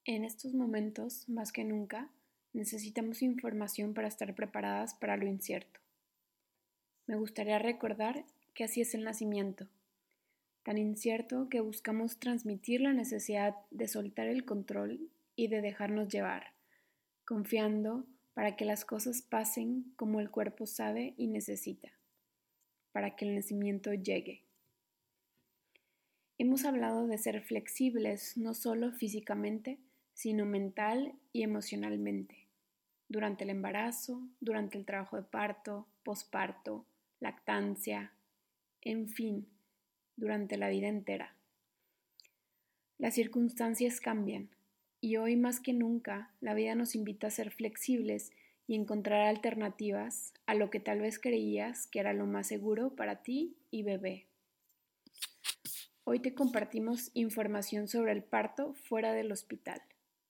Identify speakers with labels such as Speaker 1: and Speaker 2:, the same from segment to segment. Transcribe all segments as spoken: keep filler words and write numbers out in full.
Speaker 1: En estos momentos, más que nunca, necesitamos información para estar preparadas para lo incierto. Me gustaría recordar que así es el nacimiento, tan incierto que buscamos transmitir la necesidad de soltar el control y de dejarnos llevar, confiando para que las cosas pasen como el cuerpo sabe y necesita, para que el nacimiento llegue. Hemos hablado de ser flexibles no solo físicamente, sino mental y emocionalmente, durante el embarazo, durante el trabajo de parto, posparto, lactancia, en fin, durante la vida entera. Las circunstancias cambian y hoy más que nunca la vida nos invita a ser flexibles y encontrar alternativas a lo que tal vez creías que era lo más seguro para ti y bebé. Hoy te compartimos información sobre el parto fuera del hospital.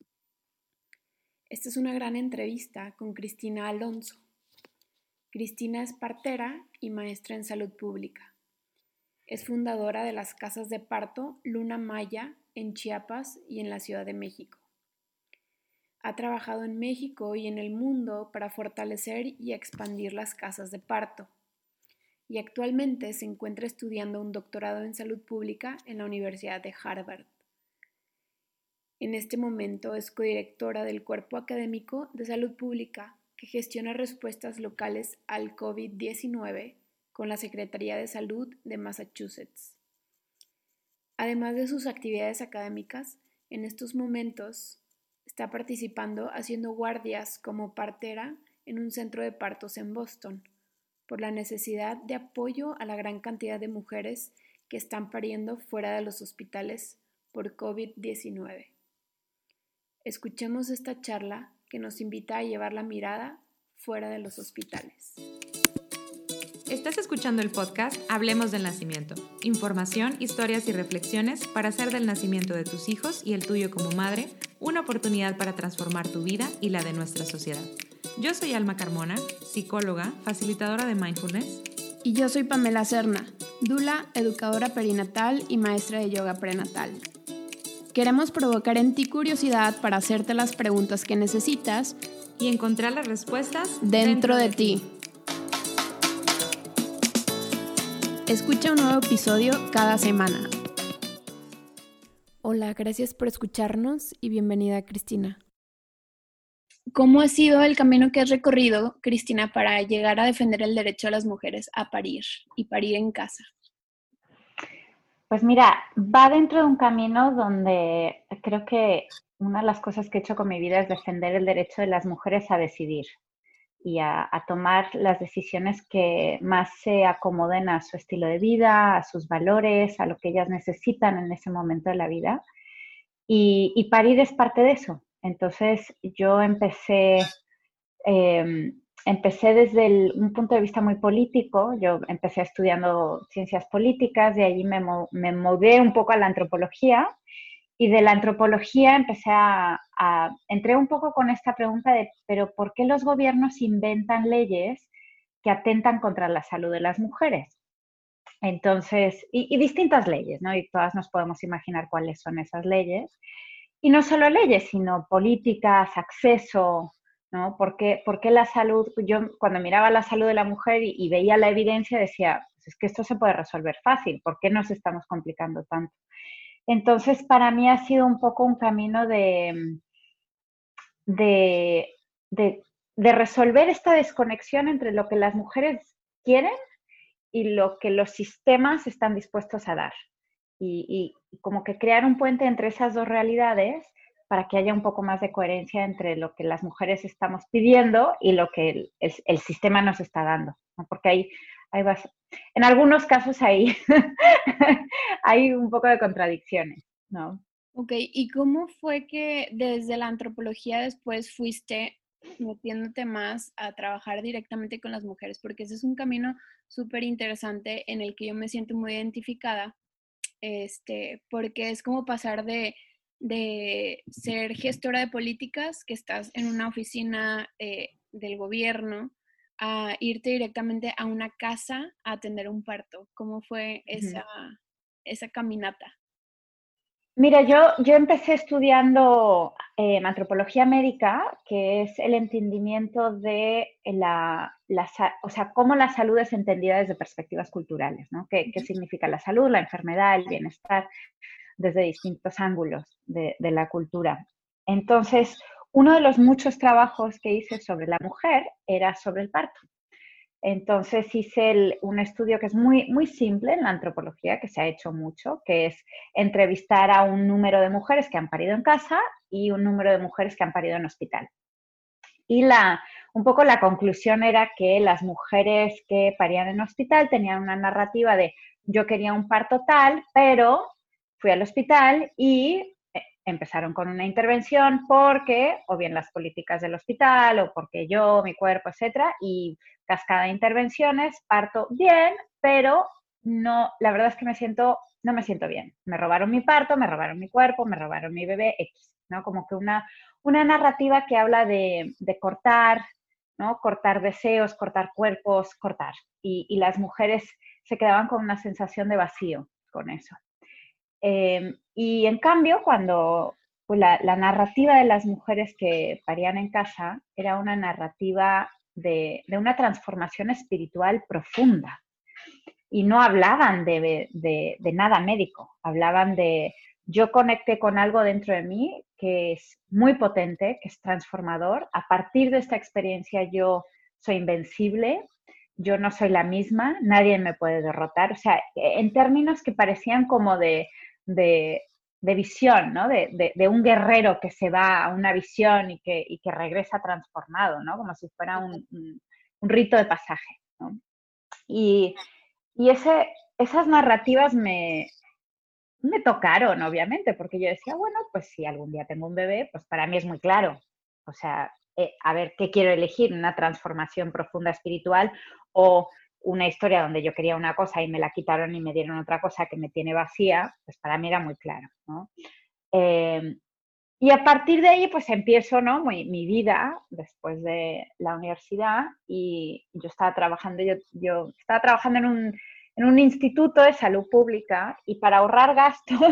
Speaker 1: Esta es una gran entrevista con Cristina Alonso. Cristina es partera y maestra en salud pública. Es fundadora de las casas de parto Luna Maya en Chiapas y en la Ciudad de México. Ha trabajado en México y en el mundo para fortalecer y expandir las casas de parto. Y actualmente se encuentra estudiando un doctorado en salud pública en la Universidad de Harvard. En este momento es codirectora del Cuerpo Académico de Salud Pública que gestiona respuestas locales al COVID diecinueve con la Secretaría de Salud de Massachusetts. Además de sus actividades académicas, en estos momentos está participando haciendo guardias como partera en un centro de partos en Boston, por la necesidad de apoyo a la gran cantidad de mujeres que están pariendo fuera de los hospitales por COVID diecinueve. Escuchemos esta charla que nos invita a llevar la mirada fuera de los hospitales.
Speaker 2: Estás escuchando el podcast Hablemos del Nacimiento. Información, historias y reflexiones para hacer del nacimiento de tus hijos y el tuyo como madre una oportunidad para transformar tu vida y la de nuestra sociedad. Yo soy Alma Carmona, psicóloga, facilitadora de mindfulness.
Speaker 1: Y yo soy Pamela Serna, dula, educadora perinatal y maestra de yoga prenatal. Queremos provocar en ti curiosidad para hacerte las preguntas que necesitas
Speaker 2: y encontrar las respuestas
Speaker 1: dentro, dentro de, de ti. ti. Escucha un nuevo episodio cada semana. Hola, gracias por escucharnos y bienvenida, Cristina. ¿Cómo ha sido el camino que has recorrido, Cristina, para llegar a defender el derecho de las mujeres a parir y parir en casa?
Speaker 3: Pues mira, va dentro de un camino donde creo que una de las cosas que he hecho con mi vida es defender el derecho de las mujeres a decidir y a, a tomar las decisiones que más se acomoden a su estilo de vida, a sus valores, a lo que ellas necesitan en ese momento de la vida. Y, y parir es parte de eso. Entonces yo empecé, eh, empecé desde el, un punto de vista muy político. Yo empecé estudiando ciencias políticas, de allí me, me moví un poco a la antropología y de la antropología empecé a, a, entré un poco con esta pregunta de, pero ¿por qué los gobiernos inventan leyes que atentan contra la salud de las mujeres? Entonces, y, y distintas leyes, ¿no? Y todas nos podemos imaginar cuáles son esas leyes. Y no solo leyes, sino políticas, acceso, ¿no? ¿Por qué, por qué la salud? Yo cuando miraba la salud de la mujer y, y veía la evidencia decía, pues es que esto se puede resolver fácil, ¿por qué nos estamos complicando tanto? Entonces, para mí ha sido un poco un camino de, de, de, de resolver esta desconexión entre lo que las mujeres quieren y lo que los sistemas están dispuestos a dar. Y, y como que crear un puente entre esas dos realidades para que haya un poco más de coherencia entre lo que las mujeres estamos pidiendo y lo que el, el, el sistema nos está dando, ¿no? Porque hay, hay bas- en algunos casos hay, hay un poco de contradicciones, ¿no?
Speaker 1: Ok, ¿y cómo fue que desde la antropología después fuiste metiéndote más a trabajar directamente con las mujeres? Porque ese es un camino súper interesante en el que yo me siento muy identificada. Este, porque es como pasar de, de ser gestora de políticas, que estás en una oficina eh, del gobierno, a irte directamente a una casa a atender un parto. ¿Cómo fue esa, esa caminata?
Speaker 3: Mira, yo, yo empecé estudiando eh, antropología médica, que es el entendimiento de la, la, o sea, cómo la salud es entendida desde perspectivas culturales, ¿no? ¿Qué, qué significa la salud, la enfermedad, el bienestar, desde distintos ángulos de, de la cultura? Entonces, uno de los muchos trabajos que hice sobre la mujer era sobre el parto. Entonces hice el, un estudio que es muy, muy simple en la antropología, que se ha hecho mucho, que es entrevistar a un número de mujeres que han parido en casa y un número de mujeres que han parido en hospital. Y la, un poco la conclusión era que las mujeres que parían en hospital tenían una narrativa de yo quería un parto tal, pero fui al hospital y empezaron con una intervención porque, o bien las políticas del hospital, o porque yo, mi cuerpo, etcétera, y cascada de intervenciones, parto bien, pero no, la verdad es que me siento, no me siento bien. Me robaron mi parto, me robaron mi cuerpo, me robaron mi bebé, X, ¿no? Como que una, una narrativa que habla de, de cortar, ¿no? Cortar deseos, cortar cuerpos, cortar. Y, y las mujeres se quedaban con una sensación de vacío con eso. Eh, y en cambio, cuando pues la, la, narrativa de las mujeres que parían en casa era una narrativa de, de una transformación espiritual profunda. Y no hablaban de, de, de nada médico, hablaban de yo conecté con algo dentro de mí que es muy potente, que es transformador. A partir de esta experiencia yo soy invencible, yo no soy la misma, nadie me puede derrotar. O sea, en términos que parecían como de, de, de visión, ¿no? De, de, de, un guerrero que se va a una visión y que, y que regresa transformado, ¿no? Como si fuera un, un, un rito de pasaje, ¿no? Y, y ese, esas narrativas me, me tocaron, obviamente, porque yo decía, bueno, pues si algún día tengo un bebé, pues para mí es muy claro. O sea, eh, a ver, ¿qué quiero elegir? ¿Una transformación profunda espiritual o una historia donde yo quería una cosa y me la quitaron y me dieron otra cosa que me tiene vacía? Pues para mí era muy claro, ¿no? Eh, y a partir de ahí, pues empiezo, ¿no? Mi, mi vida después de la universidad y yo estaba trabajando, yo, yo estaba trabajando en un, en un instituto de salud pública y para ahorrar gastos,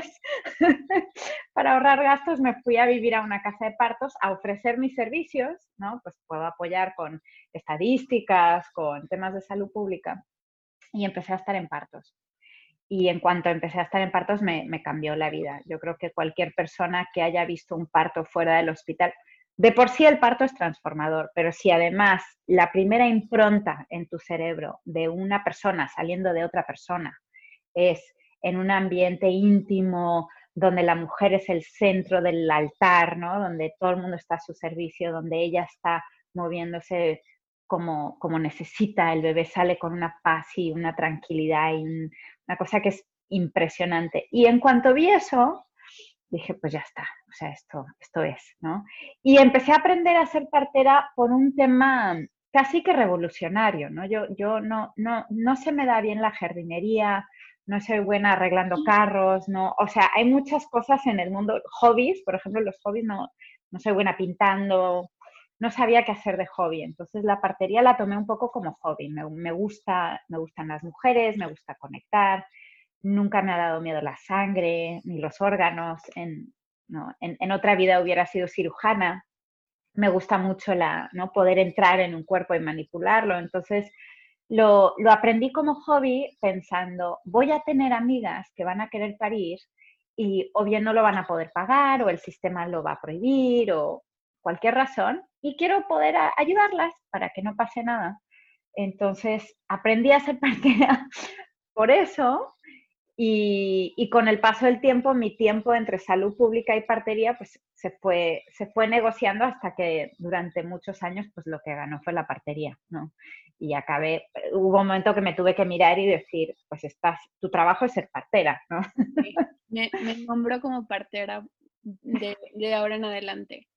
Speaker 3: para ahorrar gastos me fui a vivir a una casa de partos a ofrecer mis servicios, ¿no? Pues puedo apoyar con estadísticas, con temas de salud pública y empecé a estar en partos. Y en cuanto empecé a estar en partos me, me cambió la vida. Yo creo que cualquier persona que haya visto un parto fuera del hospital, de por sí el parto es transformador, pero si además la primera impronta en tu cerebro de una persona saliendo de otra persona es en un ambiente íntimo, donde la mujer es el centro del altar, ¿no? Donde todo el mundo está a su servicio, donde ella está moviéndose como, como necesita, el bebé sale con una paz y una tranquilidad y un, una cosa que es impresionante. Y en cuanto vi eso, dije, pues ya está, o sea, esto, esto es, ¿no? Y empecé a aprender a ser partera por un tema casi que revolucionario, ¿no? Yo, yo no, no, no se me da bien la jardinería, no soy buena arreglando carros, no, o sea, hay muchas cosas en el mundo, hobbies, por ejemplo, los hobbies, no, no soy buena pintando, no sabía qué hacer de hobby, entonces la partería la tomé un poco como hobby, me, me gusta, me gustan las mujeres, me gusta conectar, nunca me ha dado miedo la sangre, ni los órganos, en, no, en, en otra vida hubiera sido cirujana, me gusta mucho la, ¿no? Poder entrar en un cuerpo y manipularlo, entonces lo, lo aprendí como hobby pensando, voy a tener amigas que van a querer parir y o bien no lo van a poder pagar o el sistema lo va a prohibir o cualquier razón y quiero poder a, ayudarlas para que no pase nada. Entonces aprendí a ser partera por eso y, y, con el paso del tiempo, mi tiempo entre salud pública y partería, pues se fue, se fue negociando hasta que durante muchos años, pues lo que ganó fue la partería, ¿no? Y acabé, hubo un momento que me tuve que mirar y decir, pues estás, tu trabajo es ser partera, ¿no?
Speaker 1: Sí, me, me nombro como partera de, de ahora en adelante.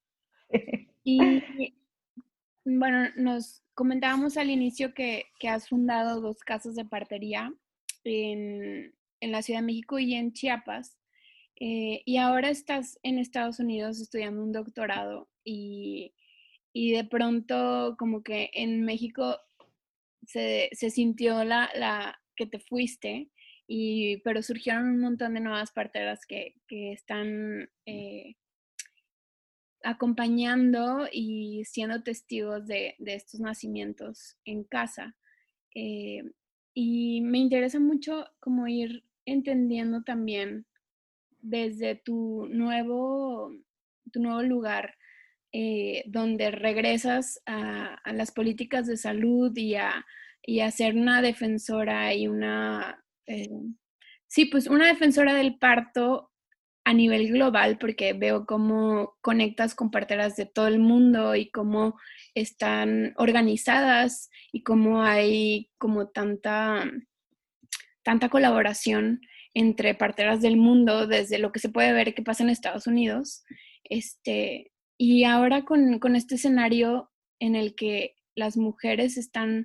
Speaker 1: Y bueno, nos comentábamos al inicio que, que has fundado dos casas de partería en, en la Ciudad de México y en Chiapas. Eh, y ahora estás en Estados Unidos estudiando un doctorado y, y de pronto como que en México se, se sintió la, la que te fuiste, y, pero surgieron un montón de nuevas parteras que, que están... Eh, acompañando y siendo testigos de, de estos nacimientos en casa. Eh, y me interesa mucho como ir entendiendo también desde tu nuevo, tu nuevo lugar, eh, donde regresas a, a, las políticas de salud y a, y a ser una defensora y una, eh, sí, pues una defensora del parto a nivel global, porque veo cómo conectas con parteras de todo el mundo y cómo están organizadas y cómo hay como tanta, tanta colaboración entre parteras del mundo, desde lo que se puede ver que pasa en Estados Unidos. Este, y ahora con, con este escenario en el que las mujeres están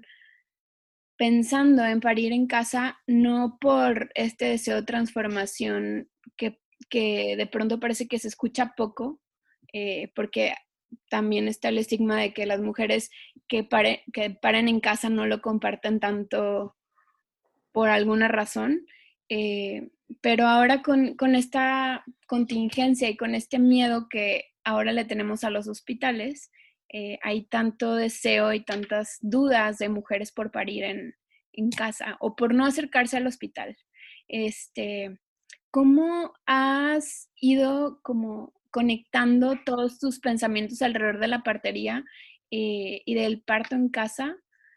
Speaker 1: pensando en parir en casa, no por este deseo de transformación que, que de pronto parece que se escucha poco, eh, porque también está el estigma de que las mujeres que, pare, que paren en casa no lo comparten tanto por alguna razón, eh, pero ahora con, con esta contingencia y con este miedo que ahora le tenemos a los hospitales, eh, hay tanto deseo y tantas dudas de mujeres por parir en, en casa o por no acercarse al hospital. Este, ¿cómo has ido como conectando todos tus pensamientos alrededor de la partería eh, y del parto en casa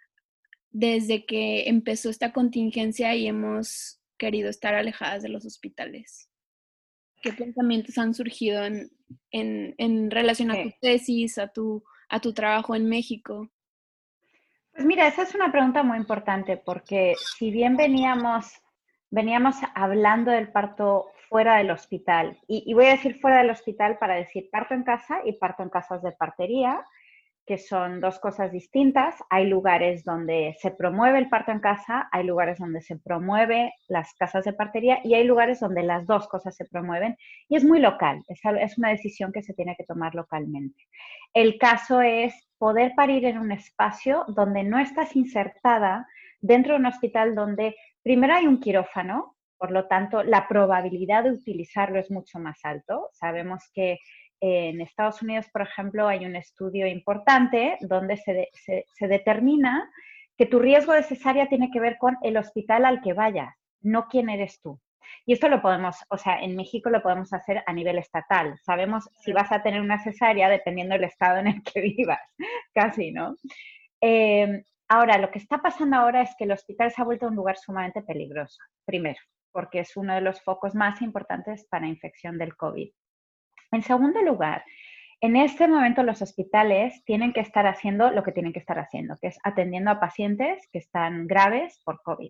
Speaker 1: desde que empezó esta contingencia y hemos querido estar alejadas de los hospitales? ¿Qué pensamientos han surgido en, en, en relación a tu
Speaker 3: Sí.
Speaker 1: tesis, a tu, a tu trabajo en México?
Speaker 3: Pues mira, esa es una pregunta muy importante porque si bien veníamos, veníamos hablando del parto fuera del hospital, y, y voy a decir fuera del hospital para decir parto en casa y parto en casas de partería, que son dos cosas distintas. Hay lugares donde se promueve el parto en casa, hay lugares donde se promueve las casas de partería y hay lugares donde las dos cosas se promueven y es muy local, es, es una decisión que se tiene que tomar localmente. El caso es poder parir en un espacio donde no estás insertada dentro de un hospital donde primero hay un quirófano, por lo tanto la probabilidad de utilizarlo es mucho más alto. Sabemos que en Estados Unidos, por ejemplo, hay un estudio importante donde se, de, se, se determina que tu riesgo de cesárea tiene que ver con el hospital al que vayas, no quién eres tú. Y esto lo podemos, o sea, en México lo podemos hacer a nivel estatal. Sabemos si vas a tener una cesárea dependiendo del estado en el que vivas, casi, ¿no? Eh, ahora, lo que está pasando ahora es que el hospital se ha vuelto un lugar sumamente peligroso, primero, porque es uno de los focos más importantes para infección del COVID. En segundo lugar, en este momento los hospitales tienen que estar haciendo lo que tienen que estar haciendo, que es atendiendo a pacientes que están graves por COVID.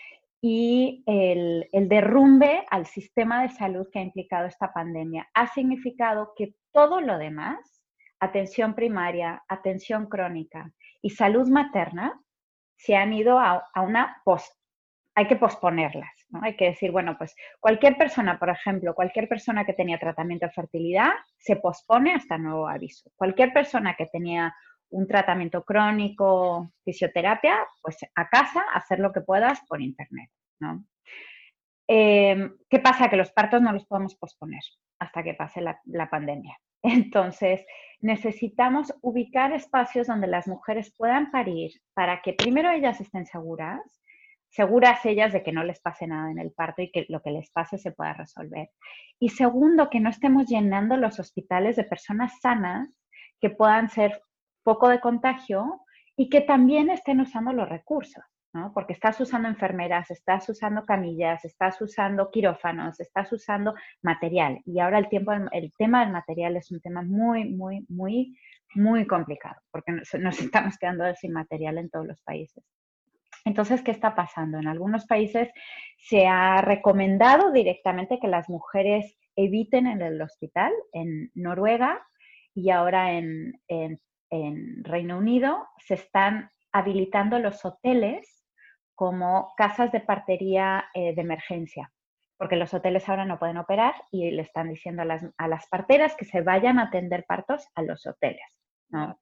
Speaker 3: Y el, el derrumbe al sistema de salud que ha implicado esta pandemia ha significado que todo lo demás, atención primaria, atención crónica y salud materna, se han ido a, a una post hay que posponerlas, ¿no? Hay que decir, bueno, pues cualquier persona, por ejemplo, cualquier persona que tenía tratamiento de fertilidad, se pospone hasta nuevo aviso. Cualquier persona que tenía un tratamiento crónico, fisioterapia, pues a casa, hacer lo que puedas por internet, ¿no? Eh, ¿Qué pasa? Que los partos no los podemos posponer hasta que pase la, la pandemia. Entonces, necesitamos ubicar espacios donde las mujeres puedan parir para que primero ellas estén seguras, seguras ellas de que no les pase nada en el parto y que lo que les pase se pueda resolver. Y segundo, que no estemos llenando los hospitales de personas sanas que puedan ser foco de contagio y que también estén usando los recursos, ¿no? Porque estás usando enfermeras, estás usando camillas, estás usando quirófanos, estás usando material. Y ahora el, tiempo, el tema del material es un tema muy, muy, muy, muy complicado, porque nos, nos estamos quedando sin material en todos los países. Entonces, ¿qué está pasando? En algunos países se ha recomendado directamente que las mujeres eviten en el hospital, en Noruega y ahora en, en, en Reino Unido se están habilitando los hoteles como casas de partería eh, de emergencia, porque los hoteles ahora no pueden operar y le están diciendo a las, a las parteras que se vayan a atender partos a los hoteles, ¿no?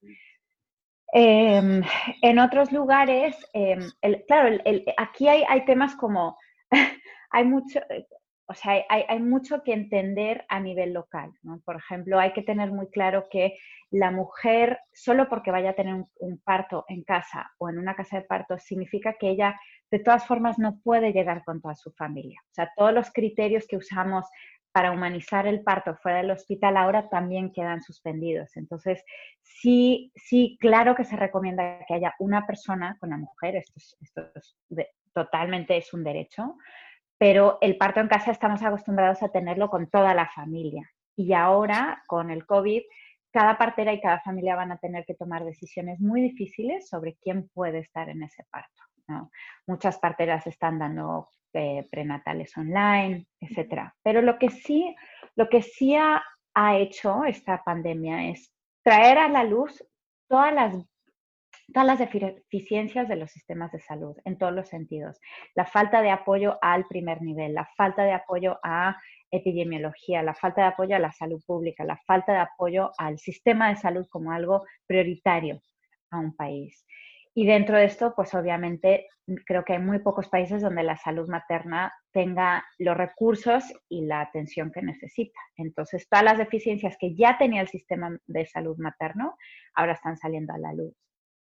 Speaker 3: Eh, en otros lugares, eh, el, claro, el, el, aquí hay, hay temas como, hay mucho, o sea, hay, hay mucho que entender a nivel local, ¿no? Por ejemplo, hay que tener muy claro que la mujer, solo porque vaya a tener un, un parto en casa o en una casa de parto, significa que ella de todas formas no puede llegar con toda su familia. O sea, todos los criterios que usamos para humanizar el parto fuera del hospital ahora también quedan suspendidos. Entonces, sí, sí, claro que se recomienda que haya una persona con la mujer, esto, es, esto es de, totalmente es un derecho, pero el parto en casa estamos acostumbrados a tenerlo con toda la familia. Y ahora, con el COVID, cada partera y cada familia van a tener que tomar decisiones muy difíciles sobre quién puede estar en ese parto, ¿no? Muchas parteras están dando eh, prenatales online, etcétera. Pero lo que sí, lo que sí ha, ha hecho esta pandemia es traer a la luz todas las todas las deficiencias de los sistemas de salud en todos los sentidos. La falta de apoyo al primer nivel, la falta de apoyo a epidemiología, la falta de apoyo a la salud pública, la falta de apoyo al sistema de salud como algo prioritario a un país. Y dentro de esto, pues obviamente creo que hay muy pocos países donde la salud materna tenga los recursos y la atención que necesita. Entonces, todas las deficiencias que ya tenía el sistema de salud materno ahora están saliendo a la luz.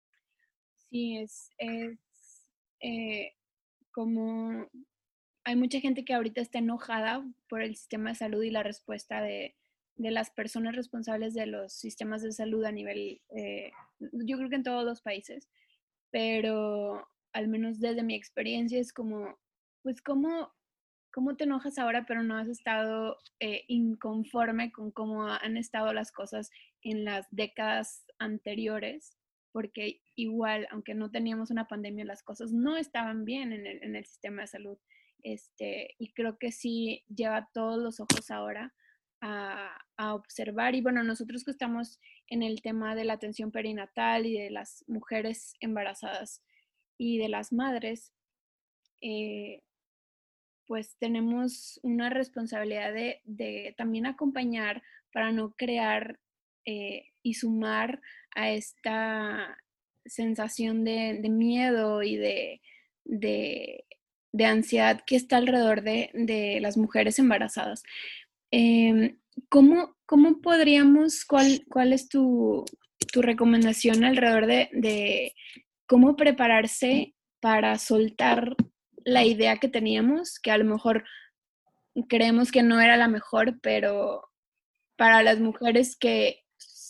Speaker 1: Sí, es, es eh, como hay mucha gente que ahorita está enojada por el sistema de salud y la respuesta de, de las personas responsables de los sistemas de salud a nivel, eh, yo creo que en todos los países, pero al menos desde mi experiencia es como, pues, ¿cómo, cómo te enojas ahora, pero no has estado eh, inconforme con cómo han estado las cosas en las décadas anteriores? Porque igual, aunque no teníamos una pandemia, las cosas no estaban bien en el, en el sistema de salud. Este, y creo que sí lleva todos los ojos ahora a, a observar. Y bueno, nosotros que estamos en el tema de la atención perinatal y de las mujeres embarazadas y de las madres, eh, pues tenemos una responsabilidad de, de también acompañar para no crear eh, y sumar a esta sensación de, de miedo y de, de, de, ansiedad que está alrededor de, de las mujeres embarazadas. Eh, ¿cómo, ¿Cómo podríamos, cuál, cuál es tu, tu recomendación alrededor de, de cómo prepararse para soltar la idea que teníamos, que a lo mejor creemos que no era la mejor, pero para las mujeres que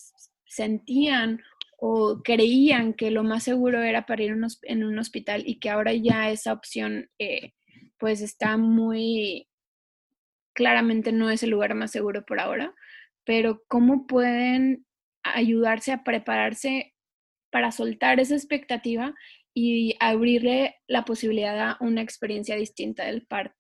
Speaker 1: sentían o creían que lo más seguro era parir en un hospital y que ahora ya esa opción eh, pues está muy, claramente no es el lugar más seguro por ahora, pero cómo pueden ayudarse a prepararse para soltar esa expectativa y abrirle la posibilidad a una experiencia distinta del parto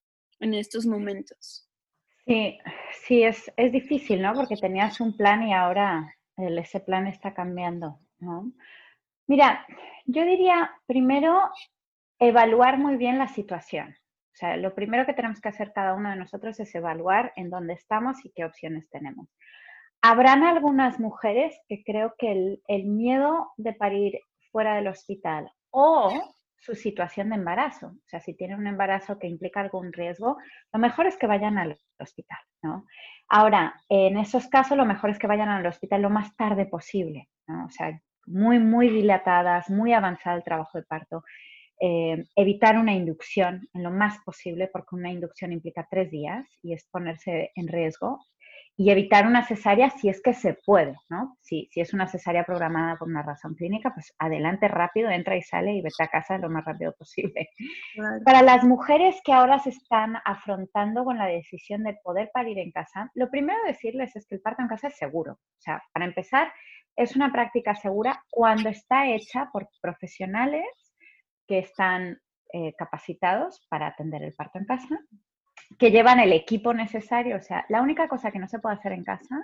Speaker 1: en estos momentos.
Speaker 3: Sí, sí, es, es difícil, ¿no? Porque tenías un plan y ahora el, ese plan está cambiando, ¿no? Mira, yo diría primero evaluar muy bien la situación. O sea, lo primero que tenemos que hacer cada uno de nosotros es evaluar en dónde estamos y qué opciones tenemos. Habrán algunas mujeres que creo que el, el miedo de parir fuera del hospital o su situación de embarazo, o sea, si tienen un embarazo que implica algún riesgo, lo mejor es que vayan al hospital, ¿no? Ahora, en esos casos, lo mejor es que vayan al hospital lo más tarde posible, ¿no? O sea, muy, muy dilatadas, muy avanzado el trabajo de parto. Eh, evitar una inducción en lo más posible, porque una inducción implica tres días y es ponerse en riesgo. Y evitar una cesárea si es que se puede, ¿no? Si, si es una cesárea programada por una razón clínica, pues adelante rápido, entra y sale y vete a casa lo más rápido posible. Claro. Para las mujeres que ahora se están afrontando con la decisión de poder parir en casa, lo primero a decirles es que el parto en casa es seguro. O sea, para empezar, es una práctica segura cuando está hecha por profesionales que están eh, capacitados para atender el parto en casa, que llevan el equipo necesario. O sea, la única cosa que no se puede hacer en casa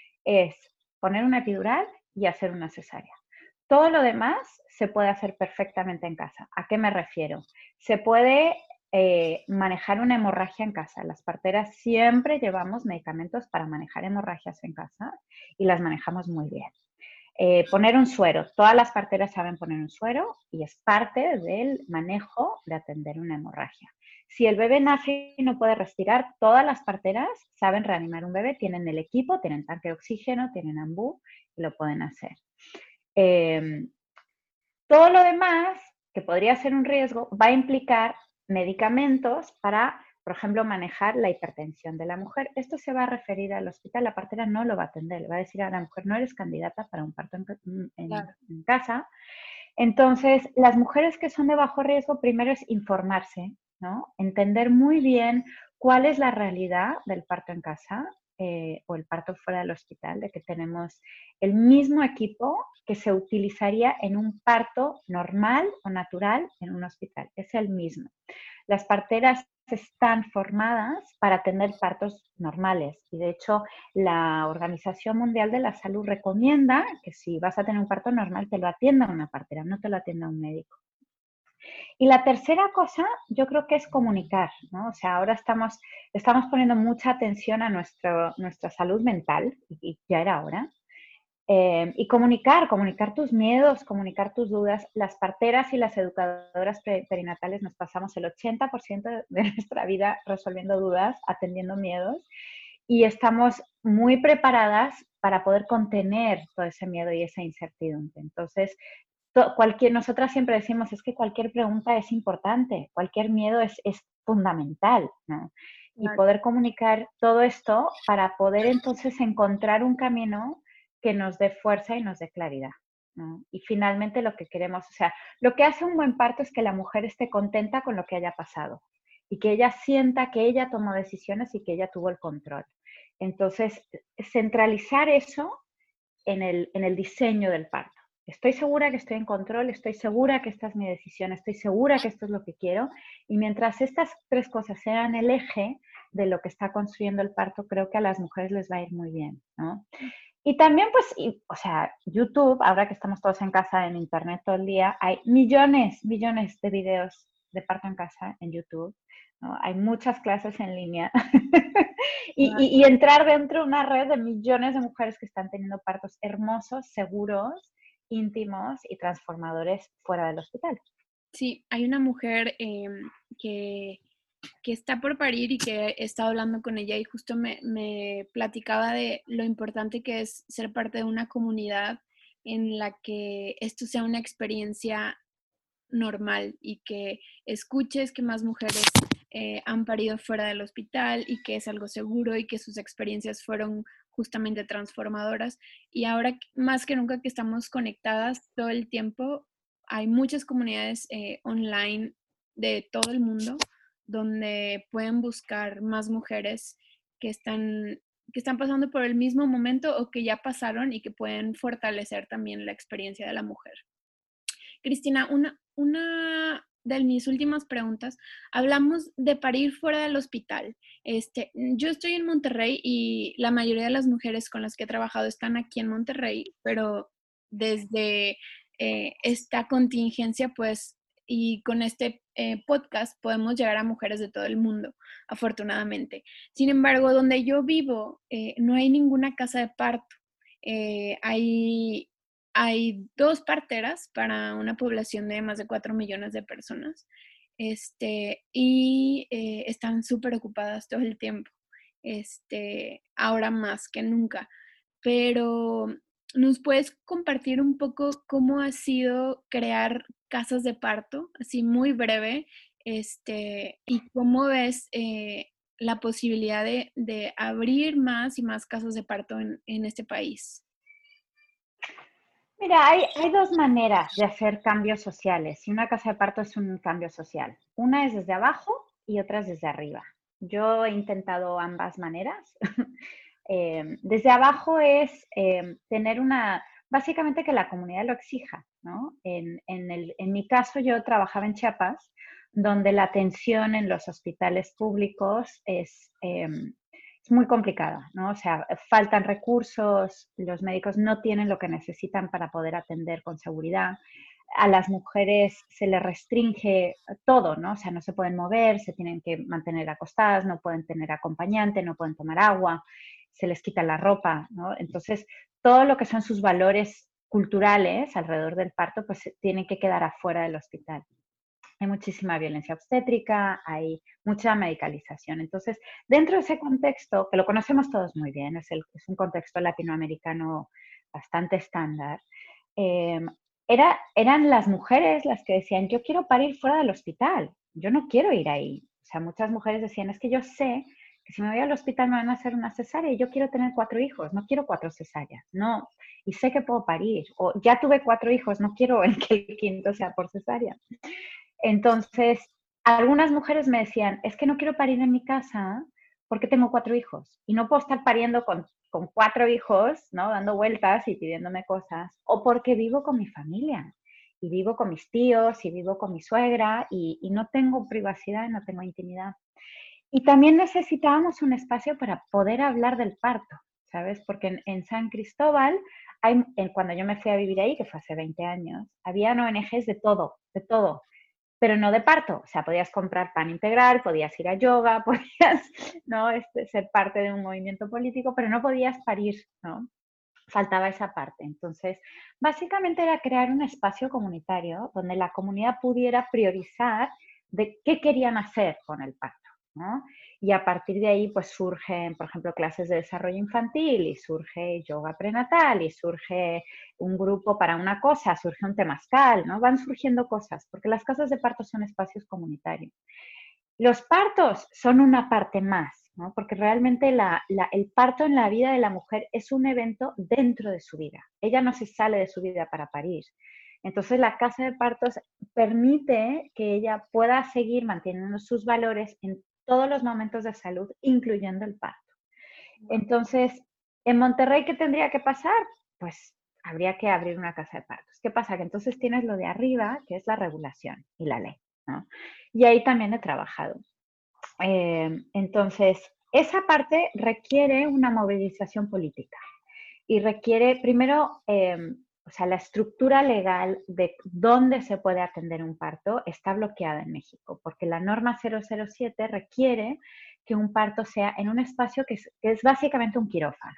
Speaker 3: es poner una epidural y hacer una cesárea. Todo lo demás se puede hacer perfectamente en casa. ¿A qué me refiero? Se puede eh, manejar una hemorragia en casa. Las parteras siempre llevamos medicamentos para manejar hemorragias en casa y las manejamos muy bien. Eh, poner un suero. Todas las parteras saben poner un suero y es parte del manejo de atender una hemorragia. Si el bebé nace y no puede respirar, todas las parteras saben reanimar un bebé, tienen el equipo, tienen tanque de oxígeno, tienen ambú y lo pueden hacer. Eh, todo lo demás, que podría ser un riesgo, va a implicar medicamentos para, por ejemplo, manejar la hipertensión de la mujer. Esto se va a referir al hospital, la partera no lo va a atender, le va a decir a la mujer, no eres candidata para un parto en, en,
Speaker 1: Claro.
Speaker 3: en casa. Entonces, las mujeres que son de bajo riesgo, primero es informarse, ¿no? Entender muy bien cuál es la realidad del parto en casa eh, o el parto fuera del hospital, de que tenemos el mismo equipo que se utilizaría en un parto normal o natural en un hospital. Es el mismo. Las parteras están formadas para atender partos normales y de hecho la Organización Mundial de la Salud recomienda que si vas a tener un parto normal te lo atienda una partera, no te lo atienda un médico. Y la tercera cosa yo creo que es comunicar, ¿no? O sea, ahora estamos, estamos poniendo mucha atención a nuestro, nuestra salud mental y ya era hora. Eh, y comunicar, comunicar tus miedos, comunicar tus dudas. Las parteras y las educadoras perinatales nos pasamos el ochenta por ciento de nuestra vida resolviendo dudas, atendiendo miedos y estamos muy preparadas para poder contener todo ese miedo y esa incertidumbre. Entonces, to, cualquier, nosotras siempre decimos, es que cualquier pregunta es importante, cualquier miedo es, es fundamental, ¿no? Y
Speaker 1: Claro.
Speaker 3: poder comunicar todo esto para poder entonces encontrar un camino que nos dé fuerza y nos dé claridad, ¿no? Y finalmente lo que queremos, o sea, lo que hace un buen parto es que la mujer esté contenta con lo que haya pasado y que ella sienta que ella tomó decisiones y que ella tuvo el control. Entonces, centralizar eso en el, en el diseño del parto. Estoy segura que estoy en control, estoy segura que esta es mi decisión, estoy segura que esto es lo que quiero. Y mientras estas tres cosas sean el eje de lo que está construyendo el parto, creo que a las mujeres les va a ir muy bien, ¿no? Y también, pues, y, o sea, YouTube, ahora que estamos todos en casa, en Internet todo el día, hay millones, millones de videos de parto en casa en YouTube, ¿no? Hay muchas clases en línea. y, y, y entrar dentro de una red de millones de mujeres que están teniendo partos hermosos, seguros, íntimos y transformadores fuera del hospital.
Speaker 1: Sí, hay una mujer eh, que que está por parir y que he estado hablando con ella y justo me, me platicaba de lo importante que es ser parte de una comunidad en la que esto sea una experiencia normal y que escuches que más mujeres eh, han parido fuera del hospital y que es algo seguro y que sus experiencias fueron justamente transformadoras. Y ahora más que nunca que estamos conectadas todo el tiempo, hay muchas comunidades eh, online de todo el mundo donde pueden buscar más mujeres que están, que están pasando por el mismo momento o que ya pasaron y que pueden fortalecer también la experiencia de la mujer. Cristina, una, una de mis últimas preguntas, hablamos de parir fuera del hospital. Este, yo estoy en Monterrey y la mayoría de las mujeres con las que he trabajado están aquí en Monterrey, pero desde eh, esta contingencia, pues, y con este eh, podcast podemos llegar a mujeres de todo el mundo, afortunadamente. Sin embargo, donde yo vivo, eh, no hay ninguna casa de parto. Eh, hay hay dos parteras para una población de más de cuatro millones de personas, este, y eh, están súper ocupadas todo el tiempo, este, ahora más que nunca. Pero, ¿nos puedes compartir un poco cómo ha sido crear casas de parto, así muy breve, este, y cómo ves eh, la posibilidad de, de abrir más y más casas de parto en, en este país?
Speaker 3: Mira, hay, hay dos maneras de hacer cambios sociales y una casa de parto es un cambio social. Una es desde abajo y otra es desde arriba. Yo he intentado ambas maneras. eh, desde abajo es eh, tener una, básicamente que la comunidad lo exija, ¿no? En, en, el, en mi caso yo trabajaba en Chiapas, donde la atención en los hospitales públicos es... Eh, es muy complicada, ¿no? O sea, faltan recursos, los médicos no tienen lo que necesitan para poder atender con seguridad. A las mujeres se les restringe todo, ¿no? O sea, no se pueden mover, se tienen que mantener acostadas, no pueden tener acompañante, no pueden tomar agua, se les quita la ropa, ¿no? Entonces, todo lo que son sus valores culturales alrededor del parto, pues tienen que quedar afuera del hospital. hay muchísima violencia obstétrica, hay mucha medicalización. Entonces, dentro de ese contexto, que lo conocemos todos muy bien, es, el, es un contexto latinoamericano bastante estándar, eh, era, eran las mujeres las que decían, yo quiero parir fuera del hospital, yo no quiero ir ahí. O sea, muchas mujeres decían, es que yo sé que si me voy al hospital me van a hacer una cesárea y yo quiero tener cuatro hijos, no quiero cuatro cesáreas, no, y sé que puedo parir, o ya tuve cuatro hijos, no quiero el que el quinto sea por cesárea. Entonces, algunas mujeres me decían, es que no quiero parir en mi casa porque tengo cuatro hijos y no puedo estar pariendo con, con cuatro hijos, ¿no? Dando vueltas y pidiéndome cosas, o porque vivo con mi familia y vivo con mis tíos y vivo con mi suegra y, y no tengo privacidad, no tengo intimidad. Y también necesitábamos un espacio para poder hablar del parto, ¿sabes? Porque en, en San Cristóbal, hay, en, cuando yo me fui a vivir ahí, que fue hace veinte años, había O N Ges de todo, de todo, pero no de parto. O sea, podías comprar pan integral, podías ir a yoga, podías, ¿no? Este, ser parte de un movimiento político, pero no podías parir, ¿no? Faltaba esa parte. Entonces, básicamente era crear un espacio comunitario donde la comunidad pudiera priorizar de qué querían hacer con el parto, ¿no? Y a partir de ahí, pues surgen, por ejemplo, clases de desarrollo infantil y surge yoga prenatal y surge un grupo para una cosa, surge un temazcal, ¿no? Van surgiendo cosas, porque las casas de parto son espacios comunitarios. Los partos son una parte más, ¿no? Porque realmente la, la, el parto en la vida de la mujer es un evento dentro de su vida. Ella no se sale de su vida para parir. Entonces la casa de partos permite que ella pueda seguir manteniendo sus valores en todos los momentos de salud, incluyendo el parto. Entonces, en Monterrey, ¿qué tendría que pasar? Pues habría que abrir una casa de partos. ¿Qué pasa? Que entonces tienes lo de arriba, que es la regulación y la ley, ¿no? Y ahí también he trabajado. Eh, entonces, esa parte requiere una movilización política y requiere, primero, eh, o sea, la estructura legal de dónde se puede atender un parto está bloqueada en México, porque la norma cero cero siete requiere que un parto sea en un espacio que es, que es básicamente un quirófano.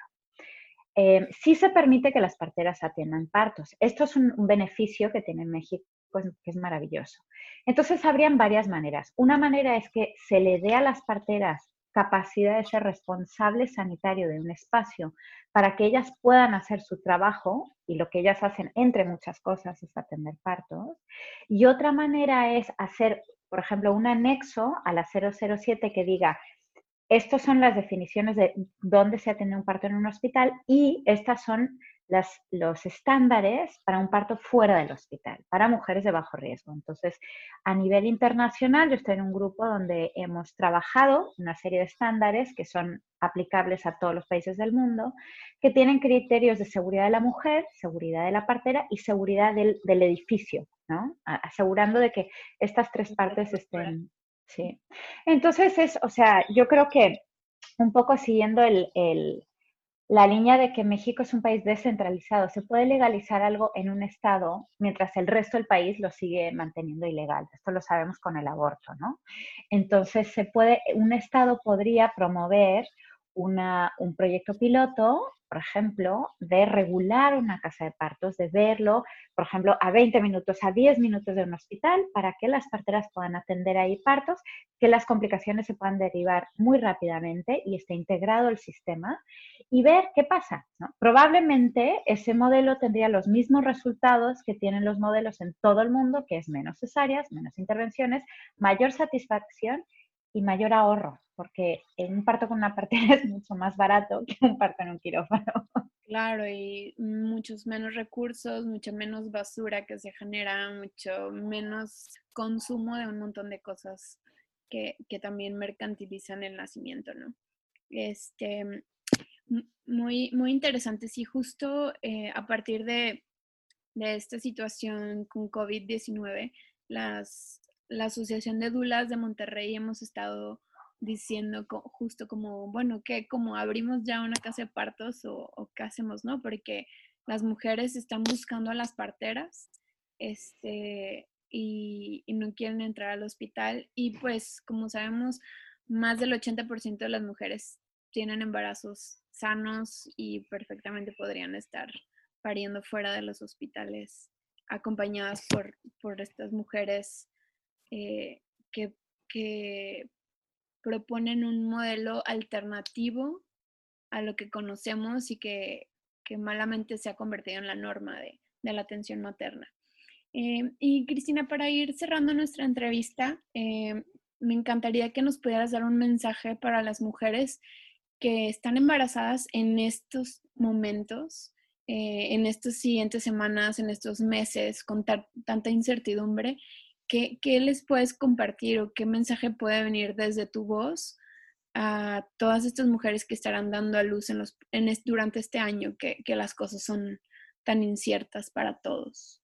Speaker 3: Eh, sí se permite que las parteras atiendan partos. Esto es un, un beneficio que tiene México, pues, que es maravilloso. Entonces, habrían varias maneras. Una manera es que se le dé a las parteras capacidad de ser responsable sanitario de un espacio para que ellas puedan hacer su trabajo, y lo que ellas hacen, entre muchas cosas, es atender partos. Y otra manera es hacer, por ejemplo, un anexo a la cero cero siete que diga, estas son las definiciones de dónde se atiende un parto en un hospital y estas son las, los estándares para un parto fuera del hospital, para mujeres de bajo riesgo. Entonces, a nivel internacional, yo estoy en un grupo donde hemos trabajado una serie de estándares que son aplicables a todos los países del mundo, que tienen criterios de seguridad de la mujer, seguridad de la partera y seguridad del, del edificio, ¿no? Asegurando de que estas tres partes estén... Sí. Entonces es, o sea, yo creo que un poco siguiendo el, el, la línea de que México es un país descentralizado, se puede legalizar algo en un estado mientras el resto del país lo sigue manteniendo ilegal. Esto lo sabemos con el aborto, ¿no? Entonces se puede, un estado podría promover una, un proyecto piloto, por ejemplo, de regular una casa de partos, de verlo, por ejemplo, a veinte minutos, a diez minutos de un hospital, para que las parteras puedan atender ahí partos, que las complicaciones se puedan derivar muy rápidamente y esté integrado el sistema y ver qué pasa, ¿no? Probablemente ese modelo tendría los mismos resultados que tienen los modelos en todo el mundo, que es menos cesáreas, menos intervenciones, mayor satisfacción y mayor ahorro, porque en un parto con una partera es mucho más barato que un parto en un quirófano.
Speaker 1: Claro, y muchos menos recursos, mucha menos basura que se genera, mucho menos consumo de un montón de cosas que, que también mercantilizan el nacimiento, ¿no? Este, muy, muy interesante, sí, justo eh, a partir de, de esta situación con COVID diecinueve, las, la Asociación de Dulas de Monterrey hemos estado diciendo co- justo como, bueno, que como abrimos ya una casa de partos o, o qué hacemos, ¿no? Porque las mujeres están buscando a las parteras, este, y, y no quieren entrar al hospital y pues como sabemos, más del ochenta por ciento de las mujeres tienen embarazos sanos y perfectamente podrían estar pariendo fuera de los hospitales, acompañadas por, por estas mujeres eh, que, que proponen un modelo alternativo a lo que conocemos y que, que malamente se ha convertido en la norma de, de la atención materna. Eh, y Cristina, para ir cerrando nuestra entrevista, eh, me encantaría que nos pudieras dar un mensaje para las mujeres que están embarazadas en estos momentos, eh, en estas siguientes semanas, en estos meses, con ta- tanta incertidumbre. ¿Qué, qué les puedes compartir o qué mensaje puede venir desde tu voz a todas estas mujeres que estarán dando a luz en los, en es, durante este año, que, que las cosas son tan inciertas para todos?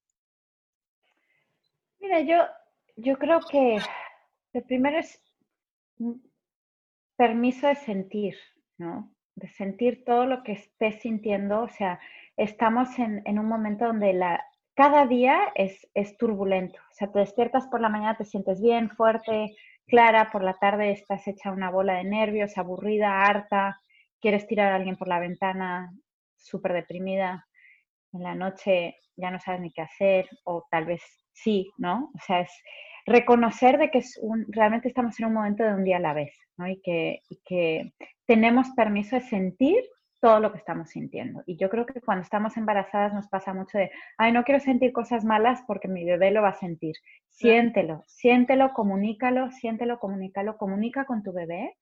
Speaker 3: Mira, yo, yo creo que lo primero es un permiso de sentir, ¿no? De sentir todo lo que estés sintiendo. O sea, estamos en, en un momento donde la, cada día es, es turbulento. O sea, te despiertas por la mañana, te sientes bien, fuerte, clara, por la tarde estás hecha una bola de nervios, aburrida, harta, quieres tirar a alguien por la ventana, súper deprimida. En la noche ya no sabes ni qué hacer, o tal vez sí, ¿no? O sea, es reconocer de que es un, realmente estamos en un momento de un día a la vez, ¿no? Y que, y que tenemos permiso de sentir todo lo que estamos sintiendo. Y yo creo que cuando estamos embarazadas nos pasa mucho de, ay, no quiero sentir cosas malas porque mi bebé lo va a sentir. Siéntelo, siéntelo, comunícalo, siéntelo, comunícalo, comunica con tu bebé.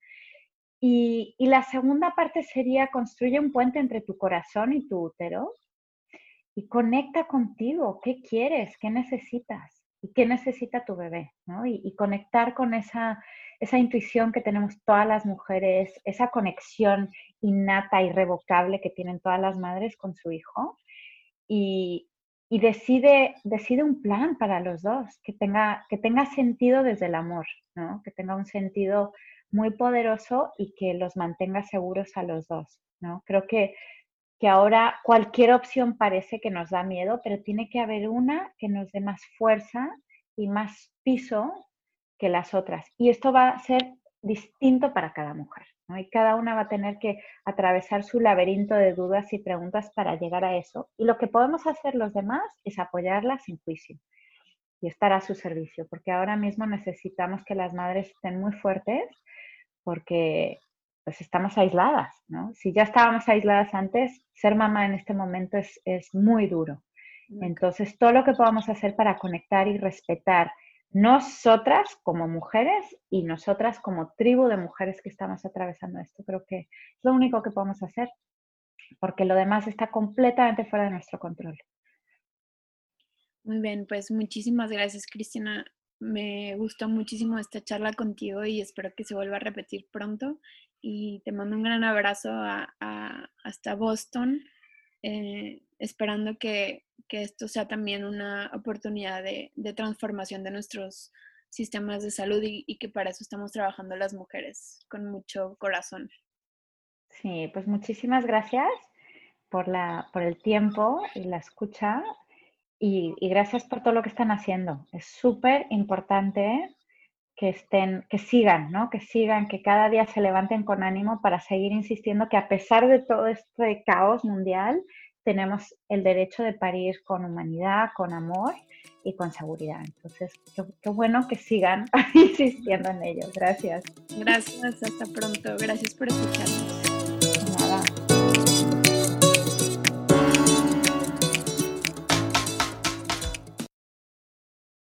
Speaker 3: Y, y la segunda parte sería construye un puente entre tu corazón y tu útero y conecta contigo. ¿Qué quieres? ¿Qué necesitas? ¿Y qué necesita tu bebé? ¿No? Y, y conectar con esa, esa intuición que tenemos todas las mujeres, esa conexión innata, irrevocable que tienen todas las madres con su hijo. Y, y decide, decide un plan para los dos, que tenga, que tenga sentido desde el amor, ¿no? Que tenga un sentido muy poderoso y que los mantenga seguros a los dos, ¿no? Creo que que ahora cualquier opción parece que nos da miedo, pero tiene que haber una que nos dé más fuerza y más piso que las otras. Y esto va a ser distinto para cada mujer, ¿no? Y cada una va a tener que atravesar su laberinto de dudas y preguntas para llegar a eso. Y lo que podemos hacer los demás es apoyarlas sin juicio y estar a su servicio, porque ahora mismo necesitamos que las madres estén muy fuertes porque pues estamos aisladas, ¿no? Si ya estábamos aisladas antes, ser mamá en este momento es, es muy duro. Entonces, todo lo que podamos hacer para conectar y respetar nosotras como mujeres y nosotras como tribu de mujeres que estamos atravesando esto, creo que es lo único que podemos hacer, porque lo demás está completamente fuera de nuestro control.
Speaker 1: Muy bien, pues muchísimas gracias, Cristina. Me gustó muchísimo esta charla contigo y espero que se vuelva a repetir pronto. Y te mando un gran abrazo a, a, hasta Boston, eh, esperando que, que, esto sea también una oportunidad de, de transformación de nuestros sistemas de salud y, y que para eso estamos trabajando las mujeres con mucho corazón.
Speaker 3: Sí, pues muchísimas gracias por, la, por el tiempo y la escucha. Y, y gracias por todo lo que están haciendo. Es súper importante que estén, que sigan, ¿no? Que sigan, que cada día se levanten con ánimo para seguir insistiendo que a pesar de todo este caos mundial, tenemos el derecho de parir con humanidad, con amor y con seguridad. Entonces, qué, qué bueno que sigan insistiendo en ello. Gracias.
Speaker 1: Gracias, hasta pronto. Gracias por escucharnos.